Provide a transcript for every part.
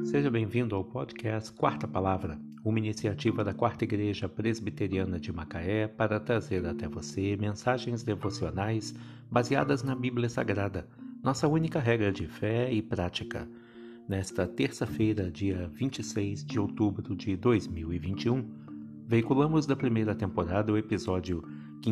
Seja bem-vindo ao podcast Quarta Palavra, uma iniciativa da Quarta Igreja Presbiteriana de Macaé para trazer até você mensagens devocionais baseadas na Bíblia Sagrada, nossa única regra de fé e prática. Nesta terça-feira, dia 26 de outubro de 2021, veiculamos da primeira temporada o episódio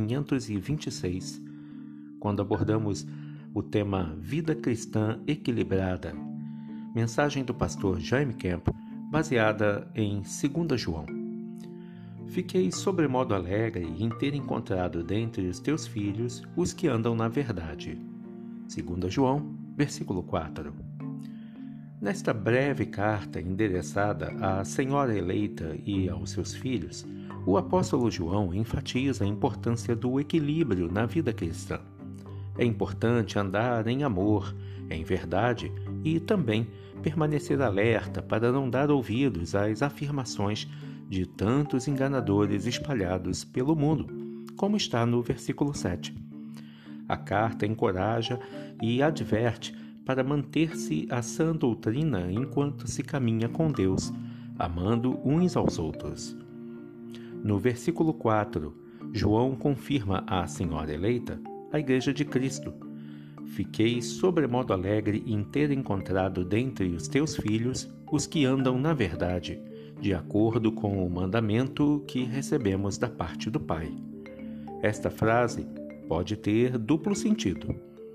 526, quando abordamos o tema Vida Cristã Equilibrada. Mensagem do pastor Jaime Camp, baseada em 2 João. Fiquei sobremodo alegre em ter encontrado dentre os teus filhos os que andam na verdade. 2 João, versículo 4. Nesta breve carta endereçada à senhora eleita e aos seus filhos, o apóstolo João enfatiza a importância do equilíbrio na vida cristã. É importante andar em amor, em verdade e também permanecer alerta para não dar ouvidos às afirmações de tantos enganadores espalhados pelo mundo, como está no versículo 7. A carta encoraja e adverte para manter-se à sã doutrina enquanto se caminha com Deus, amando uns aos outros. No versículo 4, João confirma à senhora eleita, a Igreja de Cristo. Fiquei sobremodo alegre em ter encontrado dentre os teus filhos os que andam na verdade, de acordo com o mandamento que recebemos da parte do Pai. Esta frase pode ter duplo sentido.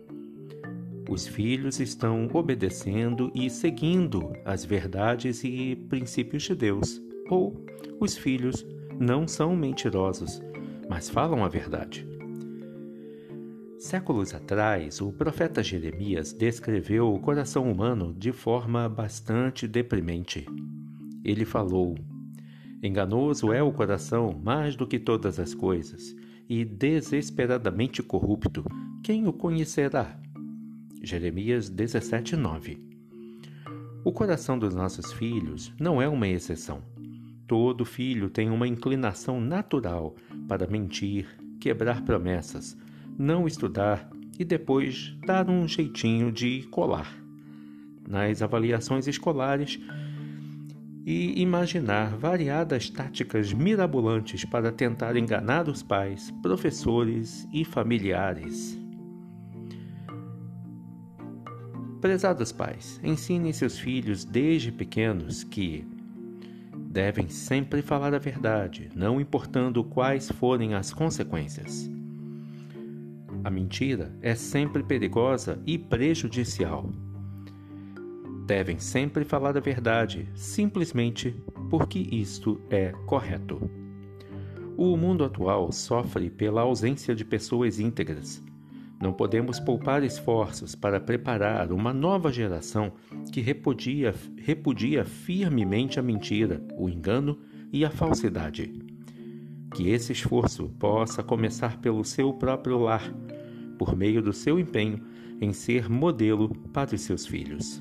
Os filhos estão obedecendo e seguindo as verdades e princípios de Deus, ou os filhos não são mentirosos, mas falam a verdade. Séculos atrás, o profeta Jeremias descreveu o coração humano de forma bastante deprimente. Ele falou: enganoso é o coração mais do que todas as coisas, e desesperadamente corrupto, quem o conhecerá? Jeremias 17:9. O coração dos nossos filhos não é uma exceção. Todo filho tem uma inclinação natural para mentir, quebrar promessas, não estudar e depois dar um jeitinho de colar nas avaliações escolares e imaginar variadas táticas mirabolantes para tentar enganar os pais, professores e familiares. Prezados pais, ensinem seus filhos desde pequenos que devem sempre falar a verdade, não importando quais forem as consequências. A mentira é sempre perigosa e prejudicial. Devem sempre falar a verdade, simplesmente porque isto é correto. O mundo atual sofre pela ausência de pessoas íntegras. Não podemos poupar esforços para preparar uma nova geração que repudia firmemente a mentira, o engano e a falsidade. Que esse esforço possa começar pelo seu próprio lar, por meio do seu empenho em ser modelo para os seus filhos.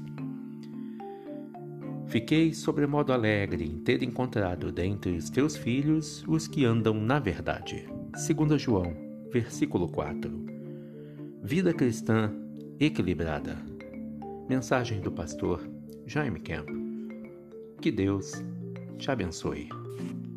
Fiquei sobremodo alegre em ter encontrado dentre os teus filhos os que andam na verdade. 2 João, versículo 4. Vida cristã equilibrada. Mensagem do pastor Jaime Camp. Que Deus te abençoe.